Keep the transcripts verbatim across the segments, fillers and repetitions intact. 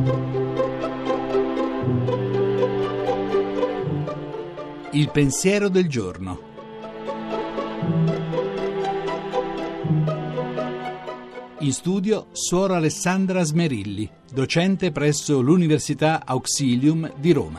Il pensiero del giorno. In studio Suor Alessandra Smerilli, docente presso l'Università Auxilium di Roma.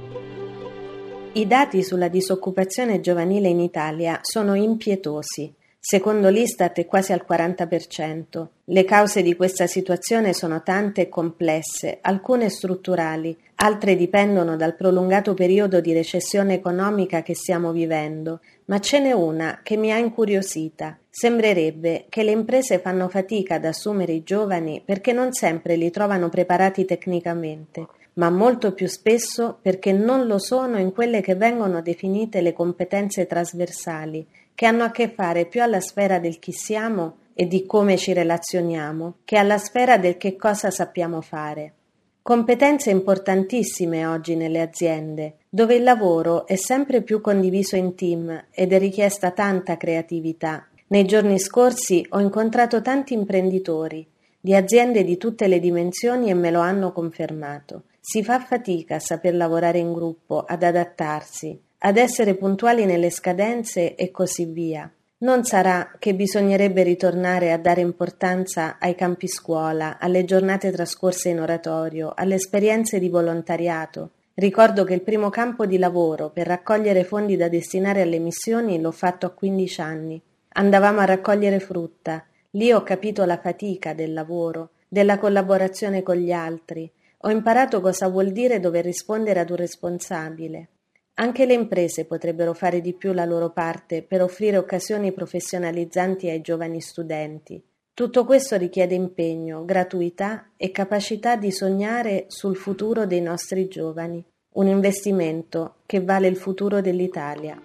I dati sulla disoccupazione giovanile in Italia sono impietosi. Secondo l'Istat è quasi al quaranta per cento. Le cause di questa situazione sono tante e complesse, alcune strutturali, altre dipendono dal prolungato periodo di recessione economica che stiamo vivendo, ma ce n'è una che mi ha incuriosita. Sembrerebbe che le imprese fanno fatica ad assumere i giovani perché non sempre li trovano preparati tecnicamente, ma molto più spesso perché non lo sono in quelle che vengono definite le competenze trasversali, che hanno a che fare più alla sfera del chi siamo e di come ci relazioniamo, che alla sfera del che cosa sappiamo fare. Competenze importantissime oggi nelle aziende, dove il lavoro è sempre più condiviso in team ed è richiesta tanta creatività. Nei giorni scorsi ho incontrato tanti imprenditori, di aziende di tutte le dimensioni, e me lo hanno confermato. Si fa fatica a saper lavorare in gruppo, ad adattarsi, ad essere puntuali nelle scadenze e così via. Non sarà che bisognerebbe ritornare a dare importanza ai campi scuola, alle giornate trascorse in oratorio, alle esperienze di volontariato. Ricordo che il primo campo di lavoro per raccogliere fondi da destinare alle missioni l'ho fatto a quindici anni. Andavamo a raccogliere frutta. Lì ho capito la fatica del lavoro, della collaborazione con gli altri. Ho imparato cosa vuol dire dover rispondere ad un responsabile. Anche le imprese potrebbero fare di più la loro parte per offrire occasioni professionalizzanti ai giovani studenti. Tutto questo richiede impegno, gratuità e capacità di sognare sul futuro dei nostri giovani. Un investimento che vale il futuro dell'Italia.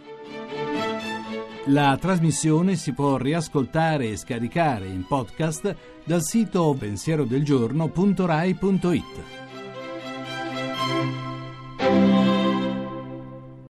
La trasmissione si può riascoltare e scaricare in podcast dal sito pensierodelgiorno punto rai punto it.